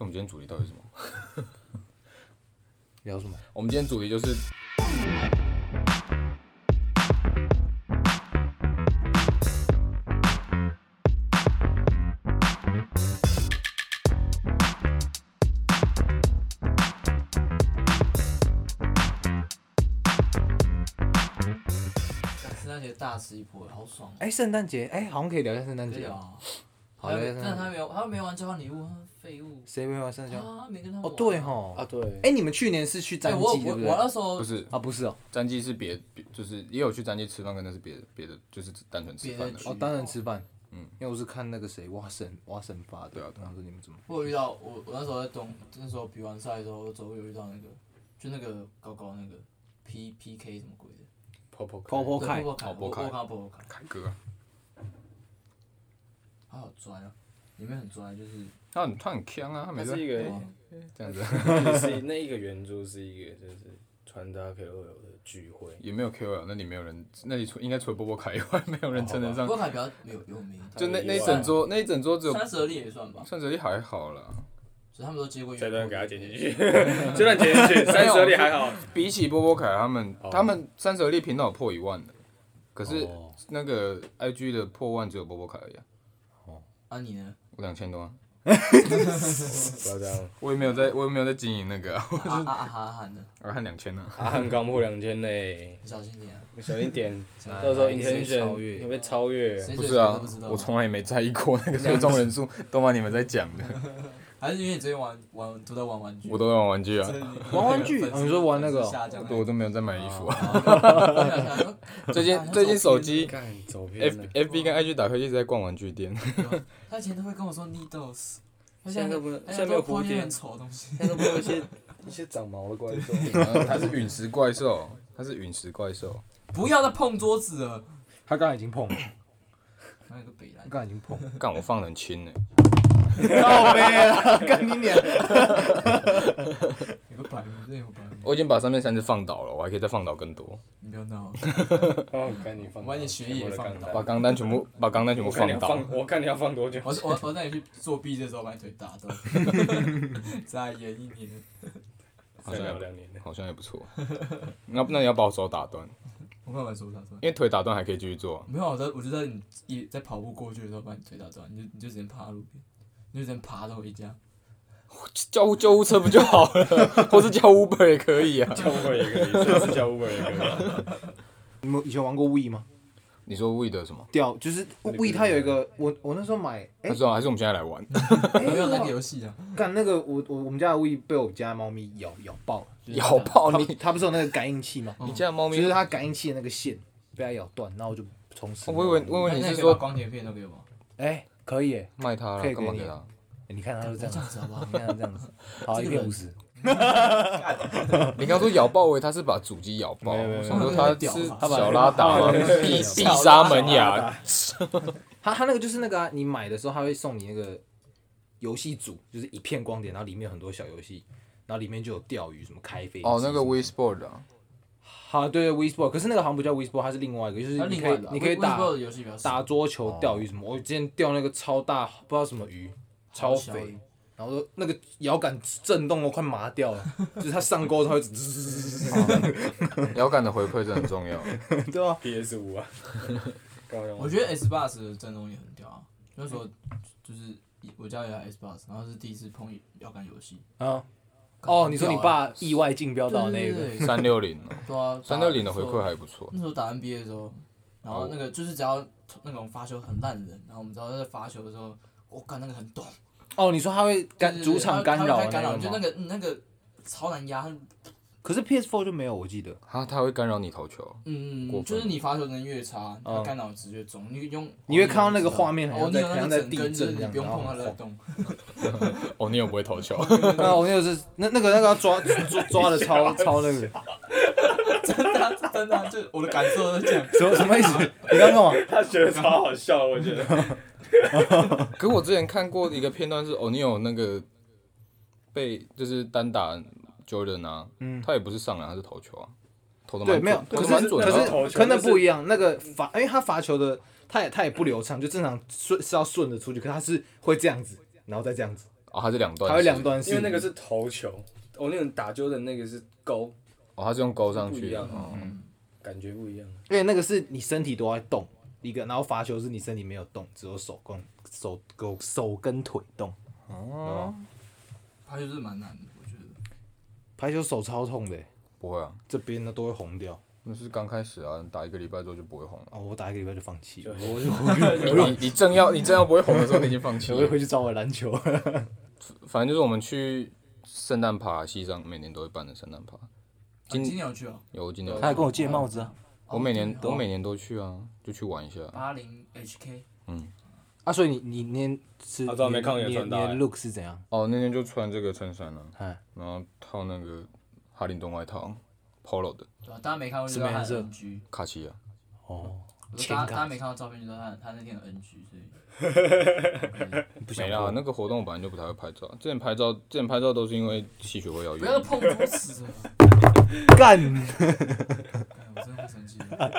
我们今天主题到底是什么？ 聊什么？ 我们今天主题就是。 圣诞节大吃一波，好爽、哦！ 圣诞节，好像可以聊一下圣诞节。 啊。 好， 但他没玩交换礼物，废物。 谁没玩圣诞节？ 他没跟他玩。 哦，对吼。 啊，对。 你们去年是去战绩对不对？ 我那时候不是啊，不是哦。 战绩是就是也有去战绩吃饭，跟那是别的，就是单纯吃饭的。 哦，单纯吃饭。因为我是看那个谁挖神发的。 对啊。 然后说你们怎么？ 我有遇到我那时候那时候比完赛的时候，走有遇到那个，就那个高那个 PK 什么鬼的。 跑跑凯， 我看到波波凯。 凯哥。 他好拽啊！里面很拽，就是他很强啊，他每次是一个这样子。 是那一个圆桌是一个就是穿搭 KOL 的聚会， 也没有 KOL，那里没有人，那里应该除了波波凯以外，没有人称得上。 波波凯比较有名。 就那一整桌只有。 30而立也算吧。 30而立还好啦。 所以他们都接过。 这段给他剪进去，这段剪进去，30而立还好。 比起波波凯他们30而立频道有破1万的，可是那个 IG 的破万只有波波凯而已啊。 啊你呢？ 我2000多啊。 不要这样。 我也没有在经营那个啊。 阿汉呢？ 阿汉2000呢。 阿汉刚破2000嘞。 你小心点啊！ 小心点，到时候 intention 会被超越。 不是啊，我从来也没在意过那个追踪人数，都把你们在讲的。 还是因为你最近都在玩玩具？ 我都在玩玩具啊。 玩玩具？你说玩那个？ 我都没有在买衣服啊。最近手机 FB 跟 IG 打开一直在逛玩具店。 他以前都会跟我说 Needles， 现在没有蝴蝶， 很丑的东西。 现在都没有一些长毛的怪兽。 它是陨石怪兽。 不要再碰桌子了。他刚才已经碰了。 那个北兰。 刚才已经碰。 干我放得很轻呢。 靠背啊！干你娘！ 有个白人， 我已经把上面3只放倒了，我还可以再放倒更多。 你不要闹。 赶紧放。 把你学业放倒。 把钢弹全部放倒。 我看你要放多久？ 我带你去作弊的时候把你腿打断。再演1年。 好像也不错。那你要把我手打断。 我干嘛手打断？ 因为腿打断还可以继续做。 没有，我就在你在跑步过去的时候把你腿打断，你就只能趴路边，你就只能爬到回家。 叫救护车不就好了？或是叫 Uber 也可以啊。 叫 Uber 也可以，甚至叫 Uber 也可以。 你们以前玩过 Wii 吗？ 你说 Wii 的什么？ 就是 Wii 它有一个，我那时候买， 还是我们现在来玩？ 没有那个游戏啊。 干那个我们家的 Wii 被我家的猫咪咬爆了。 咬爆你！ 它不是有那个感应器吗？ 你家的猫咪就是它感应器的那个线被它咬断，然后我就从此。 我以为你是说光碟片都给我。 可以卖它了，干嘛给他？ 你看它就这样子好不好？ 你看它这样子，好，1片50。 你刚说咬爆，我以为他是把主机咬爆，我想说他是小拉达吗？必杀门牙。 他那个就是那个你买的时候他会送你那个游戏组，就是一片光碟，然后里面有很多小游戏。然后里面就有钓鱼，什么开飞机。 那个 Wii Sport 啊。 好，对 Wii Sport， 可是那个好像不叫 Wii Sport， 它是另外一个，就是你可以打桌球、钓鱼什么。我之前钓那个超大，不知道什么鱼，超肥，然后那个摇杆震动，我快麻掉了。就是它上钩，它会摇杆的回馈真的很重要。 对啊 PS5啊。 我觉得 Xbox 的震动也很屌啊。那时候就是我家有台 Xbox， 然后是第一次碰摇杆游戏。 你说你爸意外竞标到那个 360。 对啊 ，360的回馈还不错。 那时候打 NBA 的时候，然后那个就是只要那种发球很烂的人，然后我们只要在发球的时候，我干那个很懂。 你说他会主场干扰那个吗？ 就那个超难压。 可是 PS4 就没有，我记得。 他会干扰你投球。 就是你发球能越差，它干扰值越重。 你会看到那个画面，好像在地震你不用碰它的洞。 你又不会投球。 我那个是那个要抓的超那个。 真的，就我的感受是这样。 什么意思？你刚干嘛？ 他觉得超好笑，我觉得。 可我之前看过一个片段是O'Neal那个被就是单打 Jordan 啊，他也不是上篮，他是投球啊，投的蛮准， 可是那不一样，那个因为他罚球的他也不流畅，就正常是要顺着出去，可是他是会这样子，然后再这样子。 哦，它是两段式， 它会两段式， 因为那个是头球，我那种打球的那个是勾， 哦，它是用勾上去的， 感觉不一样。 因为那个是你身体都在动一个，然后罚球是你身体没有动，只有手跟腿动。哦， 排球是蛮难的，我觉得。 排球手超痛的， 不会啊， 这边呢都会红掉。 那是刚开始啊，打1个礼拜之后就不会红了。 哦，我打1个礼拜就放弃了， 你正要不会红的时候，你已经放弃了。 我会回去找我篮球。 反正就是我们去圣诞趴，西上每年都会办的圣诞趴。 今年有去哦？ 有今年。 他还跟我借帽子啊。 我每年都去啊，就去玩一下。 80HK。 啊，所以你年是知道没看过你的穿搭。 你的 look 是怎样？ 哦，那天就穿这个衬衫啊，然后套那个哈林顿外套 ，polo 的。 对啊，大家没看过就知道他的 NG。 卡其啊。 哦。 大家没看到照片就知道他那天有 NG，所以。 没啦，那个活动我本来就不太会拍照，之前拍照都是因为系学会要用。 不要碰桌子。 干！ 我真的会生气。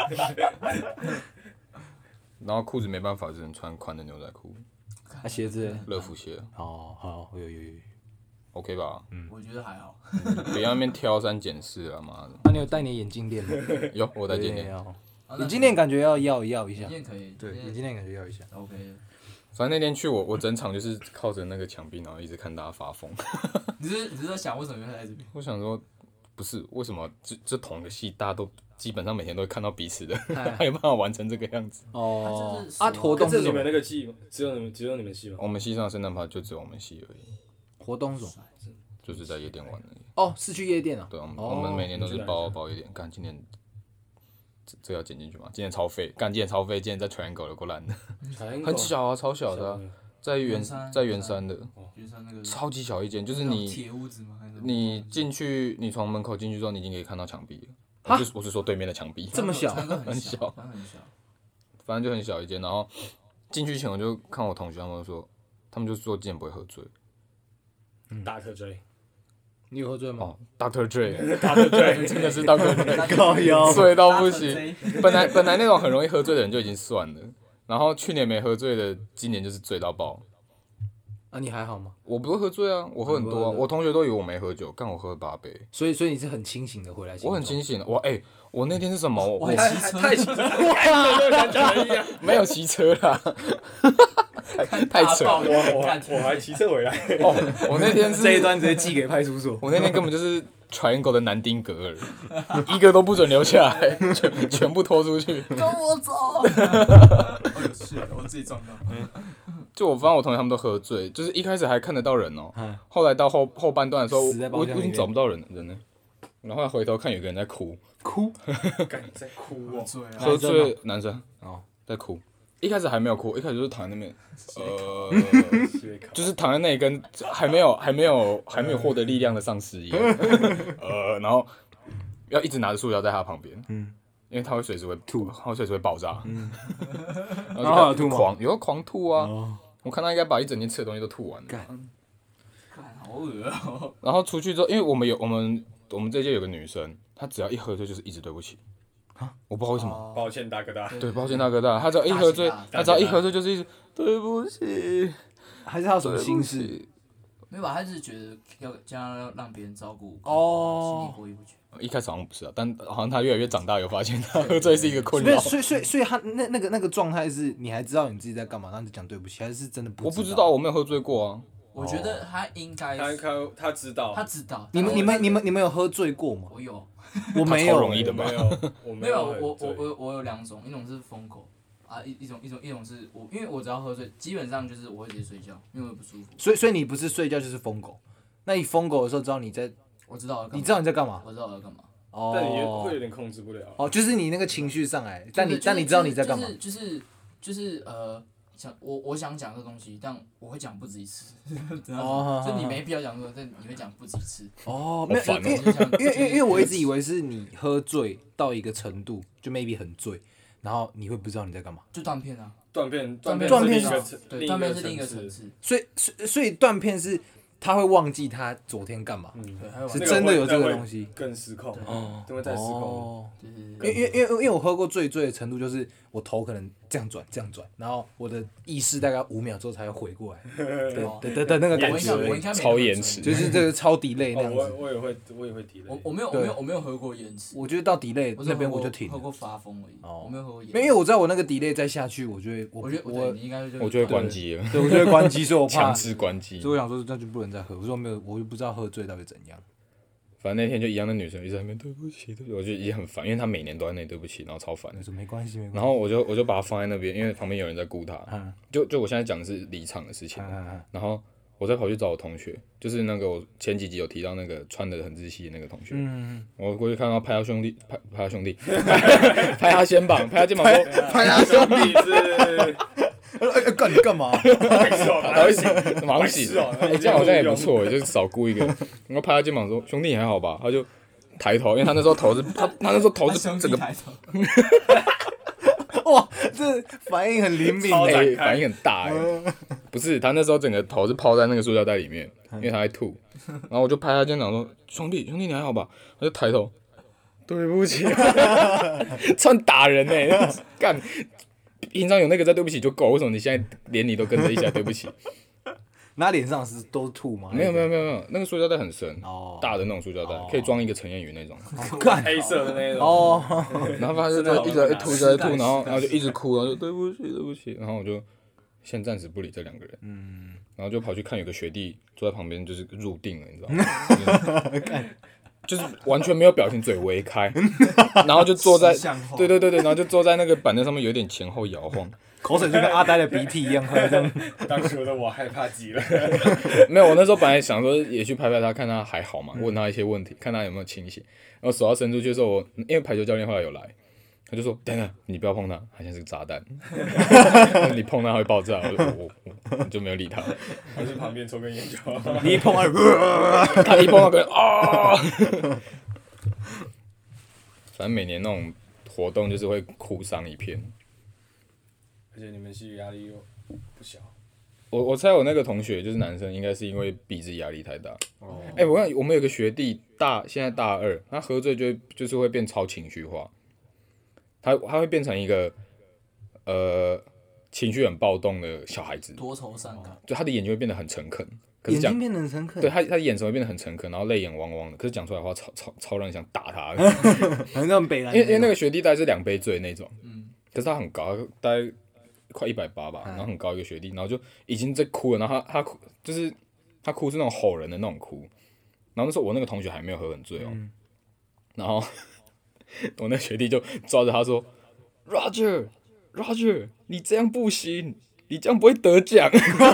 然后裤子没办法，只能穿宽的牛仔裤。 鞋子？ 乐福鞋。 哦，好，有。 OK 吧？ 我觉得还好。 别在那边挑三拣四啊，妈的！ 那你有戴你的眼镜链吗？ 有，我戴眼镜链。 眼镜链感觉要一下。 眼镜可以。 对，眼镜链感觉要一下。 OK 的。 反正那天去我整场就是靠着那个墙壁，然后一直看大家发疯。 你是在想为什么会在这边？ 我想说，不是为什么这同一个戏，大家都基本上每天都会看到彼此的，还有办法完成这个样子。 哦， 活动是你们那个戏吗？只有你们戏吗？ 我们戏上的圣诞趴就只有我们戏而已。 活动是什么？ 就是在夜店玩而已。 哦，是去夜店啊？ 对，我们每年都是包夜店。干，今年这要剪进去吗？今年超废，今年超废，今年在 Triangle 有够烂的，很小啊，超小的啊，在圆山的，超级小一间，就是你进去，你从门口进去之后，你已经可以看到墙壁了。我是说对面的墙壁， 这么小， 很小，反正就很小一间。然后进去前我就看我同学他们就说今年不会喝醉。 Dr. Dre， 你有喝醉吗？ 哦 ，Dr. Dre，Dr. Dre 真的是 Dr. Dre， 高腰， 醉到不行。本来那种很容易喝醉的人就已经算了，然后去年没喝醉的，今年就是醉到爆。 啊，你还好吗？ 我不会喝醉啊，我喝很多啊。我同学都以为我没喝酒，干我喝了8杯。 所以你是很清醒的回来？ 我很清醒的，我那天是什么？ 我太骑车， 没有骑车啦。太扯了， 我还骑车回来。 哦，我那天是这一段直接寄给派出所。 我那天根本就是Triangle的南丁格尔，一个都不准留下来，全部拖出去。 跟我走。我自己撞到。 就我发现我同学他们都喝醉，就是一开始还看得到人哦，后来到后半段的时候，我已经找不到人呢。然后回头看有个人在哭， 在哭哦， 喝醉男生在哭。一开始还没有哭，一开始就是躺在那边，就是躺在那里跟还没有获得力量的丧尸一样，然后要一直拿着塑料在他旁边，因为他会随时会吐，他会随时会爆炸，然后就狂吐啊！我看他应该把一整天吃的东西都吐完了， 好恶哦！ 然后出去之后，因为我们这届有个女生，她只要一喝醉就是一直对不起。我不知道为什么。 抱歉大哥大。 对，抱歉大哥大。他只要一喝醉，就是一直对不起。 还是他有什么心事？ 没有吧，他就是觉得要这样让别人照顾，心里过意不去。 一开始好像不是啊，但好像他越来越长大，有发现他喝醉是一个困扰。 所以他那个状态是，你还知道你自己在干嘛，然后就讲对不起，还是真的不知道？ 我不知道，我没有喝醉过啊。 我觉得他应该， 他知道。 你们有喝醉过吗？ 我有。 我没有， 超容易的吧？ 没有，我有2种，一种是疯狗啊，一种是我，因为我只要喝醉，基本上就是我会直接睡觉，因为我不舒服。 所以你不是睡觉就是疯狗，那你疯狗的时候知道你在， 我知道， 你知道你在干嘛？ 我知道我在干嘛。 哦。 但你会有点控制不了。 哦，就是你那个情绪上来，但你知道你在干嘛？ 就是我想讲这东西，但我会讲不止一次，就你没必要讲这个，但你会讲不止一次。 哦，没有，因为我一直以为是你喝醉到一个程度，就 maybe 很醉，然后你会不知道你在干嘛。 就断片啊。 断片是另一个层次。 所以断片是他会忘记他昨天干嘛，是真的有这个东西， 更失控，都会再失控。 因为我喝过最醉的程度就是我头可能这样转，然后我的意识大概5秒之后才会回过来，对，那个感觉超延迟， 就是这个超 delay 那样子。 我也会 delay。 我没有喝过延迟。 我觉得到 delay 那边我就停。 喝过发疯而已。我没有喝过延迟。 因为我知道我那个 delay 再下去，我就会关机了。 对，我就会关机，所以我怕强制关机。 所以我想说那就不能再喝。我说没有，我就不知道喝醉到底怎样。 反正那天就一样的女生一直在那边对不起，我就已经很烦，因为她每年都在那对不起，然后超烦。 我说没关系。 然后我就把她放在那边，因为旁边有人在顾她。就我现在讲的是离场的事情。然后我再跑去找我同学，就是那个我前几集有提到那个穿得很日系的那个同学。我过去看到拍他兄弟，拍他肩膀，拍他肩膀说拍他兄弟是。 干你干嘛？ 马上洗，这样好像也不错，就是少顾一个。然后拍他肩膀说：“兄弟你还好吧？”他就抬头，因为他那时候头是他那时候头是整个抬头。 哇，这反应很灵敏， 反应很大不是，他那时候整个头是泡在那个塑胶袋里面，因为他在吐。然后我就拍他肩膀说：“兄弟你还好吧？”他就抬头，对不起，算打人干。平常有那个在对不起就够，为什么你现在连你都跟着一起来对不起？ 那脸上是都吐吗？ 没有，那个塑胶袋很深，大的那种塑胶袋，可以装一个陈彦宇那种， 黑色的那种。 然后他就一直在吐，然后就一直哭，然后就对不起，然后我就先暂时不理这两个人，然后就跑去看有个学弟坐在旁边，就是入定了，你知道吗？就是完全没有表情，嘴微开，然后就坐在，对，然后就坐在那个板凳上面，有点前后摇晃， 口水就跟阿呆的鼻涕一样喝这样。 当时的我害怕极了。 没有，我那时候本来想说也去拍他，看他还好嘛，问他一些问题，看他有没有清醒。然后手要伸出去的时候，因为排球教练后来有来，他就说：“等等，你不要碰他，他像是个炸弹，你碰他会爆炸。”我就没有理他。 还是旁边抽根烟就好。 你一碰他一碰到个啊！反正每年那种活动就是会哭丧一片。 而且你们系压力又不小。 我猜我那个同学就是男生，应该是因为毕制压力太大。我看我们有个学弟现在大2，他喝醉就是会变超情绪化，他会变成一个情绪很暴动的小孩子， 多愁善感， 就他的眼睛会变得很诚恳， 眼睛变得很诚恳， 对他的眼神会变得很诚恳，然后泪眼汪汪的，可是讲出来的话超让人想打他， 很像北兰， 因为那个学弟大概是2杯醉那种，可是他很高，大概快180吧，然后很高一个学弟，然后就已经在哭了，然后他哭就是他哭是那种吼人的那种哭，然后那时候我那个同学还没有喝很醉然后我那学弟就抓着他说 Roger， 你这样不行，你这样不会得奖。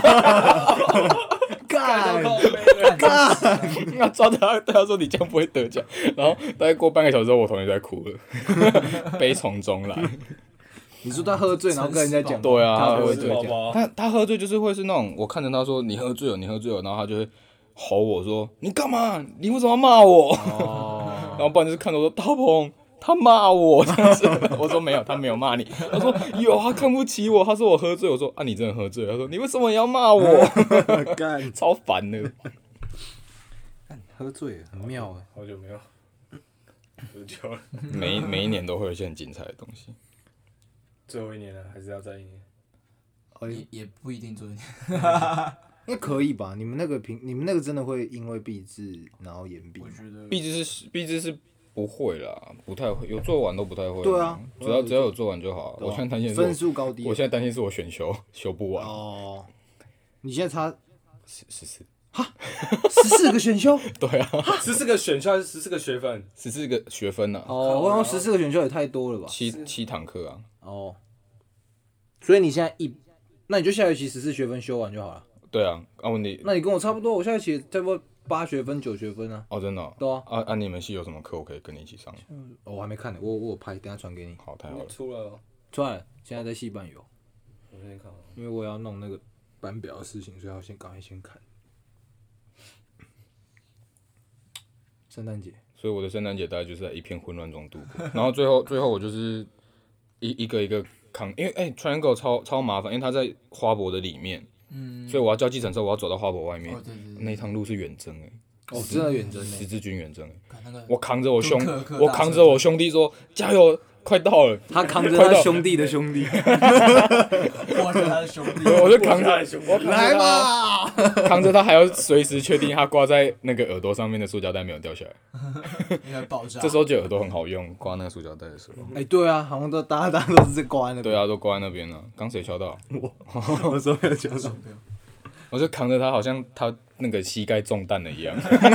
干！ 那抓着他对他说你这样不会得奖，然后大概过半个小时之后，我同学就在哭了，悲从中来。 你说他喝醉，然后跟人家讲， 对啊，他喝醉，他喝醉就是会是那种，我看着他说你喝醉了，然后他就会吼我说你干嘛？你为什么要骂我？然后不然就是看着我说大鹏。他骂我这样子，我说没有，他没有骂你。他说有，他看不起我。他说我喝醉，我说啊，你真的喝醉。他说你为什么要骂我？超烦的。 喝醉很妙哎， 好久没有喝酒了。 每一年都会有一些很精彩的东西。 最后一年了，还是要再一年？ 也不一定最后一年。 应该可以吧？你们那个真的会因为毕制然后延毕？ 我觉得毕制是。不会啦，不太会，有做完都不太会。 对啊， 只要有做完就好。我现在担心是分数高低。 我现在担心是我选修不完。 哦，你现在差 14。 哈，14个选修？ 对啊 ，14个选修还是14个学分 ？14个学分呐。 哦，我说14个选修也太多了吧 ？7堂课啊。 哦，所以你现在那你就下学期14学分修完就好了。 对啊，问题。 那你跟我差不多，我下学期差不多8学分9学分啊。 哦，真的哦。 对啊。 你们系有什么课我可以跟你一起上？ 我还没看呢，我有拍，等下传给你。 好，太好了。 出了， 现在在系办有。 我先看。 因为我要弄那个班表的事情，所以要赶快先看。圣诞节。 所以我的圣诞节大概就是在一片混乱中度过，然后最后我就是一个扛，因为Triangle 超麻烦，因为它在花博的里面。所以我要叫计程车，我要走到花博外面。那一趟路是远征真的远征十字军远征那个我扛着我兄弟说加油， 快到了， 他扛着他兄弟的兄弟， 挂着他的兄弟， 我就扛着， 来吧， 扛着他还要随时确定他挂在那个耳朵上面的塑胶袋没有掉下来， 应该爆炸。 这时候觉得耳朵很好用，挂那个塑胶袋的时候。 对啊，好像大家都是挂在那边。 对啊，都挂在那边了。刚谁敲到？ 我手表敲到。 我就扛着他，好像他那个膝盖中弹了一样，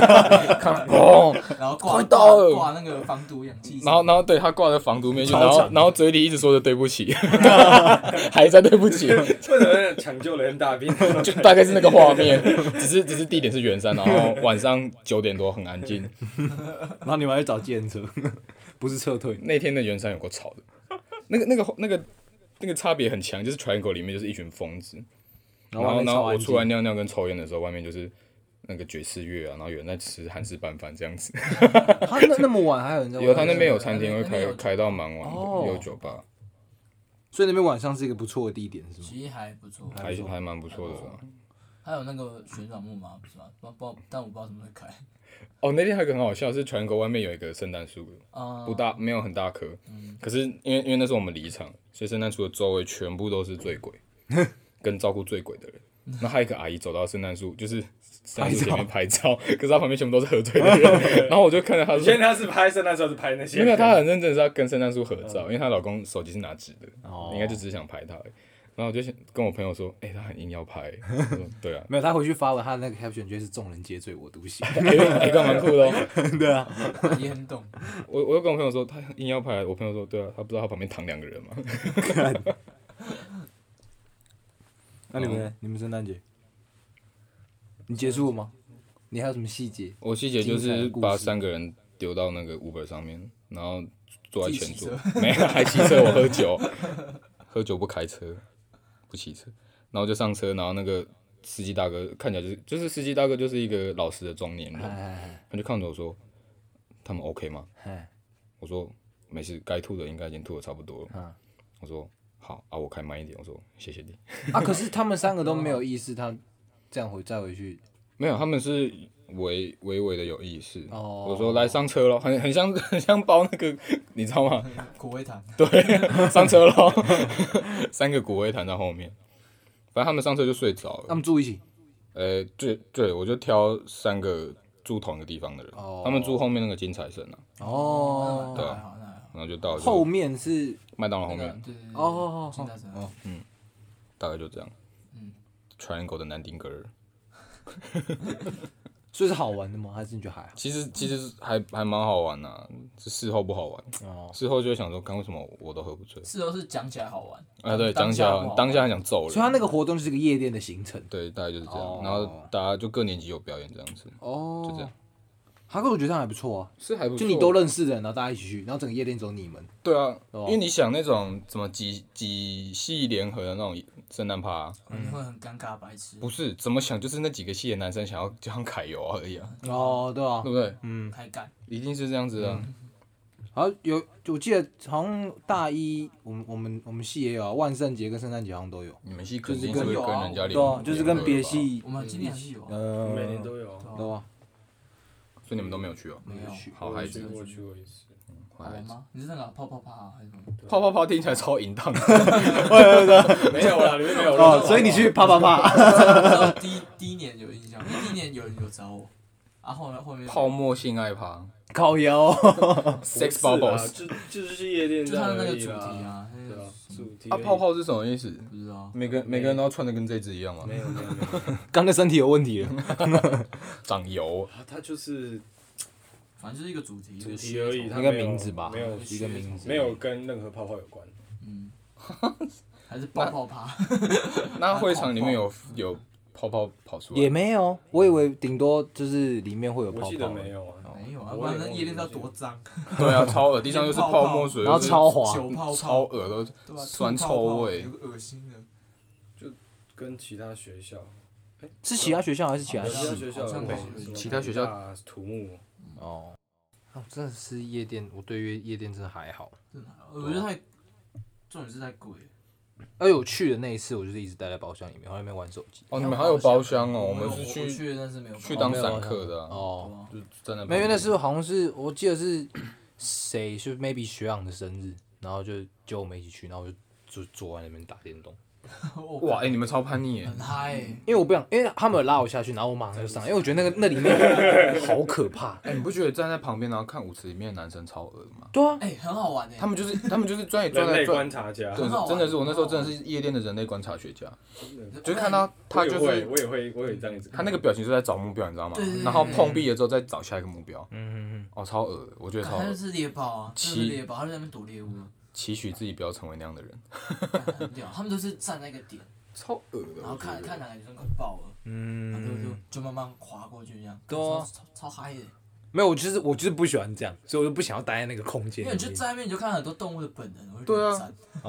然后快到了， 挂那个防毒氧气， 然后对他挂在防毒面具，然后嘴里一直说着对不起，还在对不起， 为什么抢救人大兵？ 就大概是那个画面，只是地点是圆山，然后晚上9点多很安静， 然后你们还去找计程车，不是撤退。 那天的圆山有够吵的，那个差别很强，就是 Triangle 里面就是一群疯子。然后我出来尿尿跟抽烟的时候，外面就是那个爵士乐啊，然后有人在吃韩式拌饭这样子。 他那么晚还有人在？ 有，他那边有餐厅会开到蛮晚的，有酒吧。 所以那边晚上是一个不错的地点，是吗？ 其实还不错， 还蛮不错的。 还有那个旋转木马，不是吗？但我不知道什么时候开。 哦，那天还有一个很好笑，是全国外面有一个圣诞树，不大，没有很大棵。可是因为那是我们离场，所以圣诞树的周围全部都是醉鬼。跟照顾醉鬼的人，那还有一个阿姨走到圣诞树，就是圣诞树前面拍照，可是她旁边全部都是喝醉的人，然后我就看着她说， 现在她是拍圣诞树，是拍那些， 因为她很认真的是要跟圣诞树合照，因为她老公手机是拿纸的，应该就只是想拍她，然后我就跟我朋友说，他很硬要拍，我说对啊， 没有，他回去发文，他那个 caption 就是众人皆醉我独醒， 干蛮酷的哦， 对啊， 也很懂， 我就跟我朋友说他硬要拍，我朋友说对啊，他不知道他旁边躺2个人吗？ 那你们圣诞节，你结束了吗？你还有什么细节？ 我细节就是把3个人丢到那个 Uber 上面，然后坐在前座，没有还骑车，我喝酒不开车，不骑车，然后就上车，然后那个司机大哥看起来就是司机大哥就是一个老实的中年人，他就看着我说，他们 OK 吗？我说没事，该吐的应该已经吐的差不多了，我说。好啊，我开慢一点。我说谢谢你。 可是他们3个都没有意识，他这样再回去。 没有，他们是微微的有意识。我说来上车咯，很像包那个，你知道吗？ 骨灰坛。 对，上车咯，3个骨灰坛在后面。反正他们上车就睡着了。 他们住一起。 对，我就挑3个住同一个地方的人。他们住后面那个金财神啊。 对。 然后就到后面是麦当劳后面。大概就这样。Triangle 的南丁格尔。 所以是好玩的吗？还是你觉得还好？ 其实还蛮好玩的，是事后不好玩。事后就会想说，刚为什么我都喝不醉？ 事后是讲起来好玩。 对，讲起来当下很想揍人。 所以他那个活动就是个夜店的行程。 对，大概就是这样。然后大家就各年级有表演这样子。就这样。 可是我觉得这样还不错啊， 是还不错。 就你都认识的人，然后大家一起去，然后整个夜店只有你们。 对啊，因为你想那种什么几系联合的那种圣诞趴， 你会很尴尬白痴。 不是，怎么想就是那几个系的男生想要就像揩油而已啊。 对啊， 对不对？ 开干。 一定是这样子啊。 然后我记得好像大一，我们系也有啊，万圣节跟圣诞节好像都有。 你们系肯定是会跟人家对啊，就是跟别系。 我们今年系有。 每年都有。 对啊。 所以你们都没有去哦？ 没有。 好孩子。 我去过一次。 好玩吗？你是那个泡泡趴还是什么？ 泡泡趴听起来超淫荡。 没有啦，里面没有。 所以你去啪啪啪。 第一年有印象，因为第一年有人有找我，后面泡沫性爱趴， 靠腰 ，sex bubbles， 就是夜店， 就他的那个主题啊， 对啊，主题。 泡泡是什么意思？ 不知道。 每个人都要穿的跟这只一样吗？ 没有。 刚才身体有问题了， 长油。 它就是， 反正就是一个主题而已， 一个名字吧， 没有一个名字， 没有跟任何泡泡有关。 还是泡泡趴。 那会场里面有泡泡跑出来？ 也没有，我以为顶多就是里面会有泡泡。 我记得没有啊。 没有啊，不然那夜店要多脏。 对啊，超恶，地上就是泡沫水， 然后超滑， 超恶都酸臭味， 有个恶心的。 就跟其他学校， 是其他学校还是其他系？ 其他学校土木。 真的是夜店，我对于夜店真的还好。 我觉得重点是太贵。 我去的那一次，我就是一直待在包厢里面，在那边玩手机。 你们还有包厢哦？我们是去，但是没有去当散客的就在那。没有，那是好像是我记得是谁，是 maybe 学长的生日， 然后就叫我们一起去，然后我就坐在那边打电动。 哇，你们超叛逆耶！ 很嗨， 因为我不想，因为他们有拉我下去，然后我马上就上，因为我觉得那里面好可怕。 你不觉得站在旁边然后看舞池里面的男生超恶的吗？ 对啊， 很好玩他们就是专人类观察家， 真的是我那时候真的是夜店的人类观察学家，就看到他就是我也会这样子， 他那个表情是在找目标，你知道吗？然后碰壁了之后再找下一个目标。超恶的，我觉得超恶。 他就是猎豹啊，就是猎豹，他就在那边躲猎物。 期许自己不要成为那样的人。 很屌，他们都是站在一个点， 超恶的。 然后看哪个女生快爆了，然后就慢慢滑过去这样，超嗨的。 没有，我就是不喜欢这样，所以我就不想要待在那个空间。 因为你就在那边，你就看到很多动物的本能，我就对啊。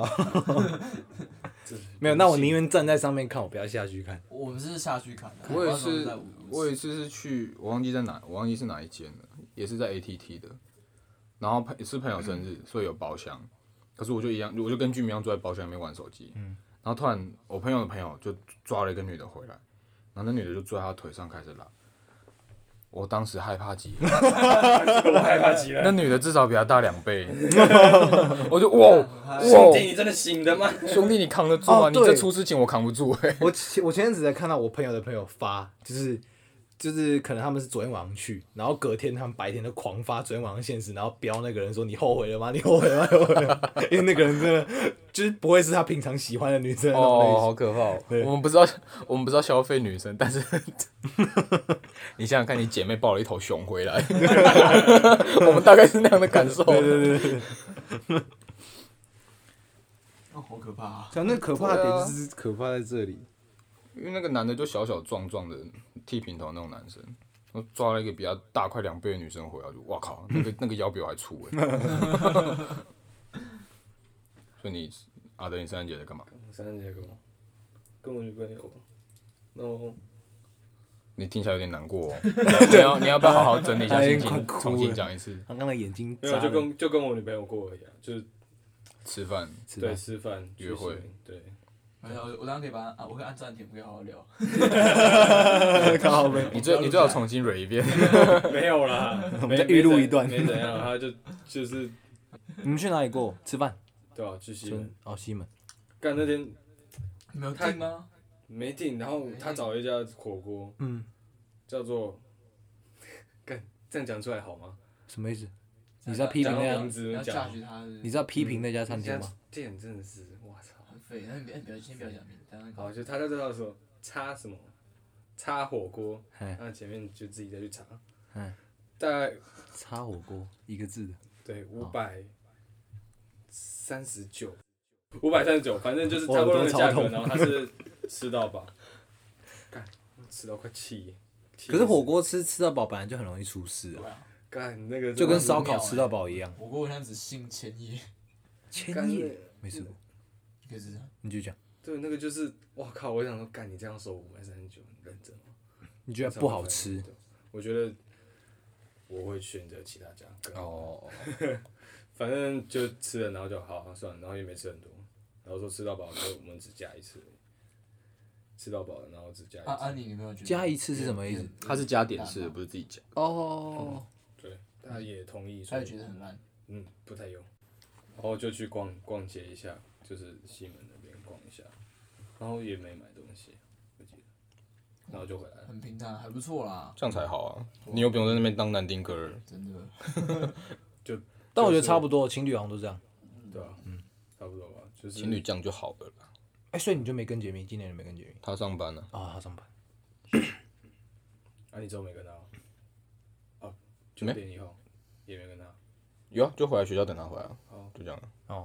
没有，那我宁愿站在上面看，我不要下去看。 我们是下去看的。 我有一次是去，我忘记是哪一间了，也是在 ATT 的，然后是朋友生日，所以有包厢。可是我就跟居民一样坐在包厢里面玩手机。然后突然我朋友的朋友就抓了一个女的回来，然后那女的就坐在他腿上开始拉。我当时害怕极了， 我害怕极了。 那女的至少比他大2倍，我就哇， 兄弟，你真的醒的吗？ 兄弟，你扛得住吗？你这出事情我扛不住我前阵子才看到我朋友的朋友发，就是可能他们是昨天晚上去，然后隔天他们白天就狂发昨天晚上现实，然后标那个人说你后悔了吗？你后悔了吗？后悔了吗？因为那个人真的就是不会是他平常喜欢的女生那种类型。 好可怕哦！我们不知道消费女生，但是你想想看，你姐妹抱了一头熊回来，我们大概是那样的感受。 对。 好可怕啊！ 那可怕的点就是可怕在这里。 因为那个男的就小小壮壮的剃平头那种男生，我抓了一个比他大快2倍的女生回来，就哇靠，那个腰比我还粗哎。所以你阿德，你圣诞节在干嘛？ 圣诞节干嘛？跟我女朋友，然后你听起来有点难过哦。你要不要好好整理一下心情，重新讲一次？ 刚刚的眼睛没有，就跟我女朋友过而已啊，就是吃饭， 对，吃饭约会， 对。 我当然可以我可以按暂停，我可以好好聊。 靠背， 你最好重新蕊一遍。 没有啦， 我们再预录一段。 没怎样，他就是你们去哪里过？吃饭？ 对啊，去西门。 西门。 干那天没有订吗？ 没订，然后他找了一家火锅，叫做干这样讲出来好吗？ 什么意思？你知道批评那样子讲？ 你知道批评那家餐厅吗？ 店真的是，哇操！ 很废，那你先不要讲名字。 好，就他就知道说叉火锅，那前面就自己再去查。大概叉火锅1个字的。 对，539，反正就是差不多的价格，然后他是吃到饱，干吃到快气。 可是火锅吃到饱本来就很容易出事啊。 干那个就跟烧烤吃到饱一样。 火锅我现在只信千叶。 千叶没吃过。 可是你就讲。 对，那个就是，哇靠！我想说，干你这样收539，你认真吗？ 你觉得不好吃？ 我觉得我会选择其他家。 哦。 反正就吃了，然后就好算了，然后也没吃很多，然后说吃到饱，然后我们只加一次，吃到饱了，然后只加一次。 你有没有觉得？ 加一次是什么意思？ 他是加点式，不是自己加。 哦。 对，他也同意。 他也觉得很烂。 不太用。然后就去逛街一下，就是西门那边逛一下，然后也没买东西，我记得，然后就回来了。 很平淡，还不错啦。 这样才好啊！你又不用在那边当男丁哥儿。 真的。 但我觉得差不多，情侣好像都这样。 对啊，差不多吧，就是情侣这样就好了啦。 所以你就没跟杰明，今年就没跟杰明。 他上班了。 他上班。 你之后没跟他？9点以后也没跟他。 有啊，就回来学校等他回来。就这样。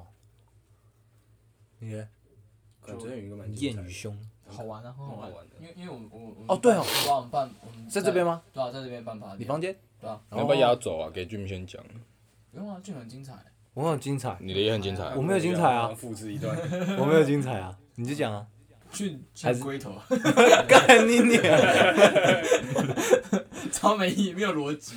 你呢？ 感觉有一个蛮谚语兄。 好玩啊，很好玩的。 因为我对哦。 我们在这边吗？ 对啊，在这边办 party。 你房间？ 对啊。 你要不要压轴啊？给俊先讲。 不用啊，俊很精彩。 我很精彩。 你的也很精彩。 我没有精彩啊。 复制一段。 我没有精彩啊，你就讲啊。 俊还是龟头。 干你娘！ 超没意义，没有逻辑。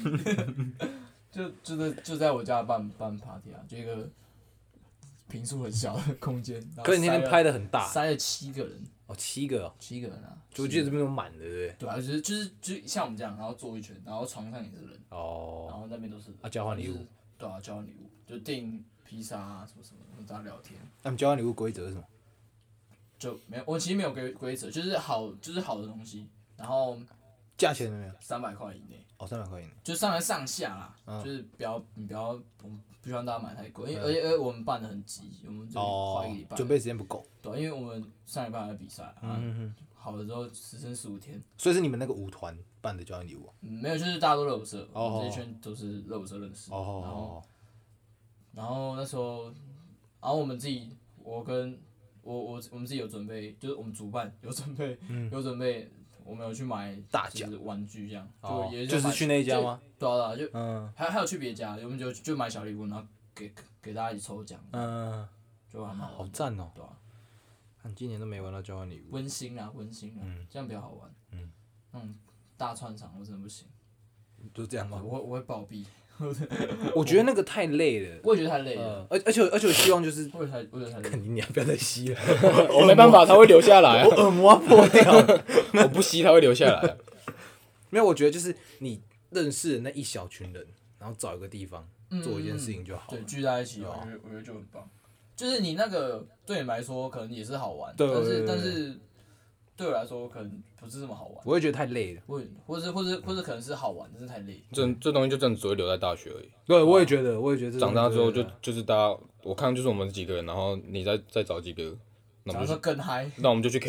就在我家办 party 啊，就一个坪数很小的空间。 可是你那天拍的很大。 塞了7个人。 7个哦。 7个人啊。 我记得这边都满的，对不对？ 对啊，就像我们这样，然后坐一圈，然后床上也是人。然后那边都是。 交换礼物。 对啊，交换礼物，就订披萨啊什么什么，跟大家聊天。 他们交换礼物规则是什么？ 就没有，我其实没有规则，就是好的东西，然后价钱怎么样 ？300块以内。 哦，300块以内。 就上下啦，就是你不要，我们不希望大家买太贵，因为而且我们办的很急，我们就花1个礼拜。 准备时间不够。 对，因为我们上礼拜还在比赛，好了之后只剩15天。 所以是你们那个舞团办的交换礼物？ 没有，就是大家都热舞社，我们这一圈都是热舞社认识。然后那时候，然后我们自己，我们自己有准备，就是我们主办有准备，我们有去买大奖玩具这样， 就是去那一家吗？ 对啊，就还有去别家，我们就买小礼物，然后给大家一起抽奖，就还蛮好赞哦。 对啊， 你今年都没玩到交换礼物。 温馨啊，这样比较好玩。那种大串场我真的不行。 就这样吗？ 我会暴毙。 我觉得那个太累了。 我也觉得太累了。 而且我希望就是， 我觉得太累。 肯定你不要再吸了。 我没办法，它会留下来。 我耳膜要破掉。 我不吸，它会留下来。 没有，我觉得就是你认识的那一小群人，然后找一个地方做一件事情就好了。 对，聚在一起，我觉得就很棒。就是你那个对你来说可能也是好玩，但是对我来说可能不是这么好玩。 我会觉得太累了， 或者可能是好玩，但是太累。 这东西就真的只会留在大学而已。 对，我也觉得。 长大之后就是大家，我看就是我们几个人，然后你再找几个。 然后更嗨， 那我们就去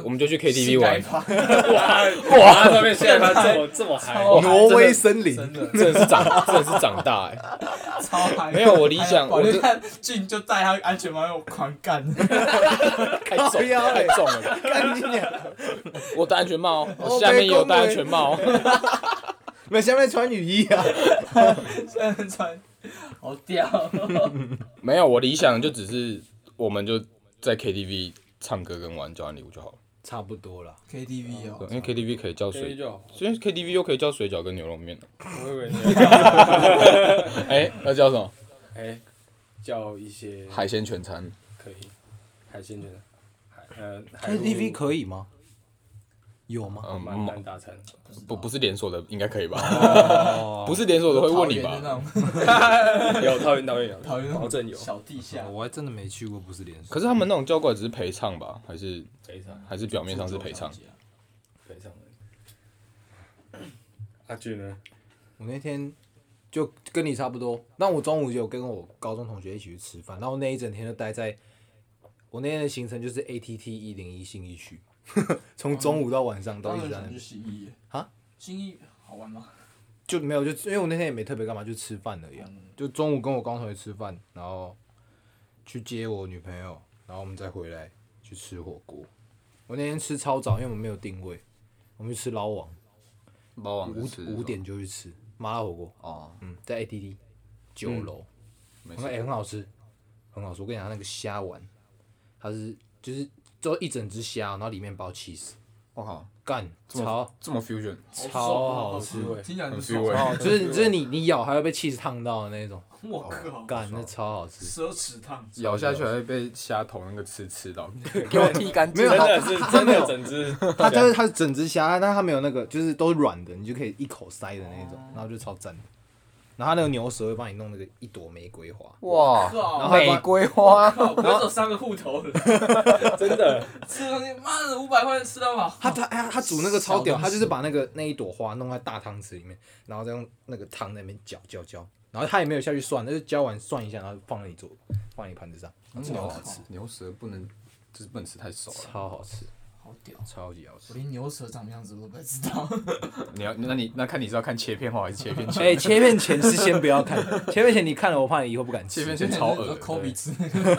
KTV，玩。 哇，上面现在这么嗨， 挪威森林， 真的是长大超嗨。 没有我理想， 我就看俊就戴他安全帽又狂干， 太重了， 干你娘！ 我戴安全帽，我下面也有戴安全帽， 没有下面穿雨衣啊， 下面穿，好屌。 没有，我理想就只是我们就。在 KTV 唱歌跟玩交换礼物就好了， 差不多了。 KTV 哦， 因为 KTV 可以叫水饺，所以 KTV 又可以叫水饺跟牛肉面了。 我以为你要叫什么？ 叫一些海鲜全餐。 可以，海鲜全餐。 KTV 可以吗？有吗？ 满单大餐。 不是连锁的，应该可以吧？不是连锁的会问你吧？ 有桃园有，保证有。 小地下， 我还真的没去过，不是连锁。 可是他们那种叫过来只是陪唱吧？还是表面上是陪唱？ 陪唱的。阿俊呢？ 我那天就跟你差不多，但我中午有跟我高中同学一起去吃饭，然后那一整天就待在，我那天的行程就是 ATT101信义区。从中午到晚上都一直在那。 信义好玩吗？ 就没有，就因为我那天也没特别干嘛，就吃饭而已。就中午跟我高中同学吃饭，然后去接我女朋友，然后我们再回来去吃火锅。我那天吃超早，因为我们没有定位，我们去吃捞王。 捞王 5点就去吃麻辣火锅。在 ATT 9楼，很好吃，很好吃。我跟你讲，那个虾丸，它是就是做一整只虾，然后里面包起司。 我靠， 干这么 fusion， 超好吃， 听起来很爽，就是你咬还会被起司烫到的那种。 我靠， 干那超好吃， 奢侈烫， 咬下去还会被虾头那个刺吃到，给我剔干净。 没有， 真的整只， 它是整只虾，但它没有那个，就是都是软的，你就可以一口塞的那种，然后就超赞的。然后他那个牛舌会帮你弄那个一朵玫瑰花， 哇，玫瑰花， 我只有3个户头， 真的， 吃东西妈的500块吃到饱。 他煮那个超屌，他就是把那一朵花弄在大汤匙里面，然后再用那个汤在那边搅，然后他也没有下去涮，就是搅完涮一下，然后放在你盘子上，超好吃。 牛舌不能吃太熟了， 超好吃。 好屌， 超级好吃！ 我连牛舌长什么样子我都不知道。 那看你是要看切片后还是切片前？ 切片前是先不要看，切片前你看了，我怕你以后不敢吃。 切片前超恶， 抠鼻吃。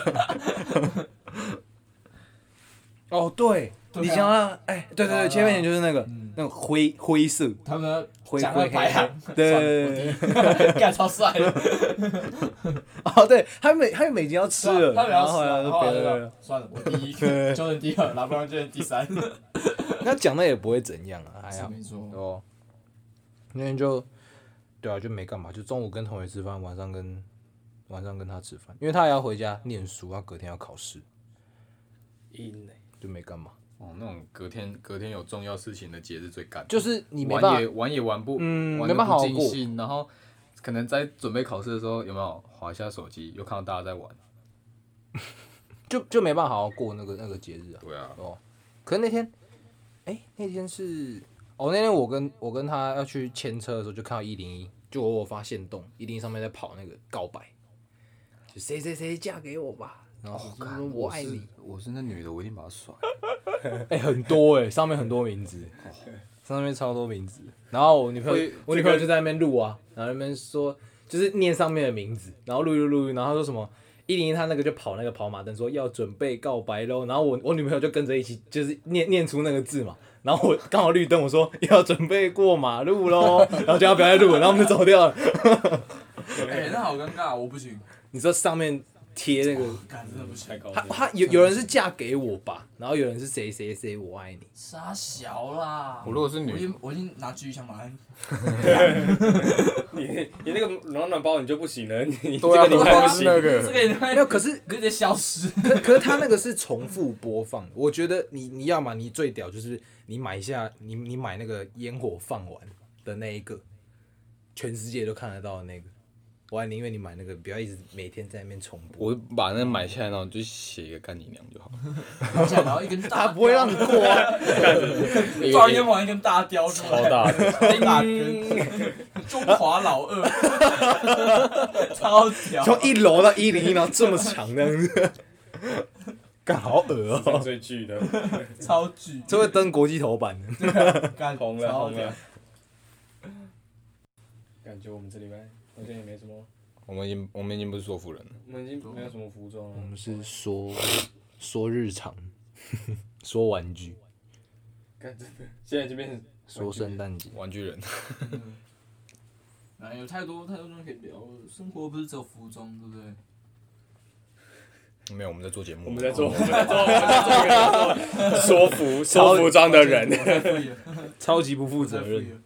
哦，对，你想要对，切片前就是那个灰色， 他们讲的排行， 对， 干超帅的。 哦，对，他们已经要吃了， 然后后来说算了，我第一个，就成第2，拉布朗就成第3。 那讲那也不会怎样啊，还好。 没错。 哦，那天就，对啊，就没干嘛，就中午跟同学吃饭，晚上跟他吃饭，因为他也要回家念书，他隔天要考试，就没干嘛。 哦，那种隔天有重要事情的节日最干， 就是你没办法玩也玩不， 没办法好过， 然后可能在准备考试的时候，有没有滑一下手机，又看到大家在玩， 就没办法好好过那个节日啊。 对啊。 哦，可是那天，那天是那天我跟他要去牵车的时候，就看到101，就我发现动101上面在跑那个告白，就谁谁谁嫁给我吧，然后说我爱你。 我是那女的，我一定把她甩。 很多上面很多名字，上面超多名字。然后我女朋友就在那边录啊，然后那边说就是念上面的名字，然后录，然后他说什么101他那个就跑那个跑马灯说要准备告白咯，然后我女朋友就跟着一起就是念出那个字嘛，然后我刚好绿灯，我说要准备过马路咯，然后就要不要再录了，然后我们就走掉了。 那好尴尬，我不行。 你说上面贴那个， 真的不行，太高。 他有人是嫁给我吧，然后有人是谁谁谁我爱你， 傻小啦。 我如果是女， 我已经拿狙枪把他。 你那个暖包你就不行了，你对啊， 这个你还不行。 那个这个没有，可是直接消失。 可是他那个是重复播放，我觉得你要嘛你最屌就是你买一下你买那个烟火放完的那一个，全世界都看得到的那个。我还宁愿你买那个，不要一直每天在那边重播。 我把那个买下来，然后就写一个干你娘就好。 然后一根大， 他不会让你过啊。 抓烟往一根大雕出来， 超大的， 一大根，中华老二，超屌。 从1楼到101，然后这么长这样子，干好恶哦。 最巨的， 超巨， 这会登国际头版的。 红了。感觉我们这礼拜好像也没什么。 我们已经不是说服人了， 我们已经没有什么服装了。 我们是说日常，说玩具。 干真的，现在这边说圣诞节， 玩具人。 有太多东西可以聊，生活不是只有服装，对不对？ 没有，我们在做节目。 我们在做一个说服装的人， 超级不负责任。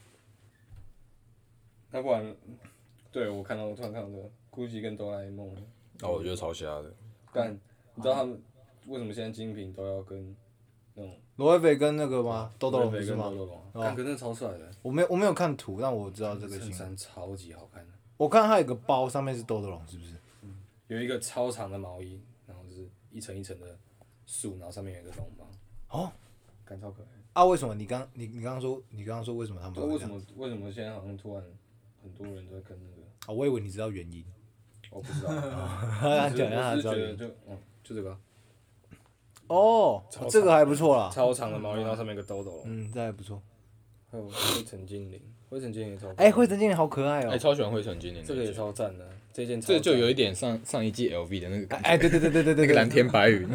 那不然，对我突然看到这个，GUCCI 跟哆啦 A 梦。 我觉得超瞎的。 干，你知道他们为什么现在精品都要跟那种？ 罗威菲跟那个吗？豆豆龙不是吗？ 干，可真的超帅的。 我没有看图，但我知道这个衬衫超级好看的。 我看它有个包，上面是豆豆龙，是不是？ 有一个超长的毛衣，然后是一层一层的树，然后上面有一个龙芒。 哦， 干超可爱。 啊，为什么你刚刚说为什么他们？ 为什么现在好像突然很多人都在跟那个？ 啊，我以为你知道原因。 我不知道。 他讲他知道原因。 就这个。 哦，这个还不错啦。 超长的毛衣，然后上面有个豆豆龙。 嗯，这还不错。 还有灰尘精灵，灰尘精灵也超。 灰尘精灵好可爱哦。 超喜欢灰尘精灵。 这个也超赞的， 这就有一点上一季 LV 的那个感觉。 对， 那个蓝天白云。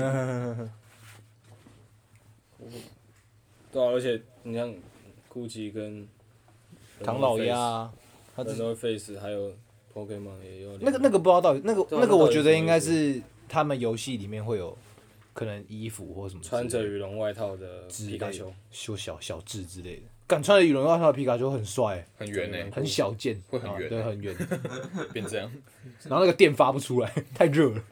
对啊，而且你像 GUCCI 跟唐老鸭， 他都会 face， 还有 Pokemon 也有。 那个不知道到底那个我觉得应该是他们游戏里面会有可能衣服或什么穿着羽绒外套的皮卡丘， 修小智之类的。敢穿着羽绒外套的皮卡丘很帅， 很圆很小件， 会很圆， 对，很圆， 变这样。 然后那个电发不出来，太热了。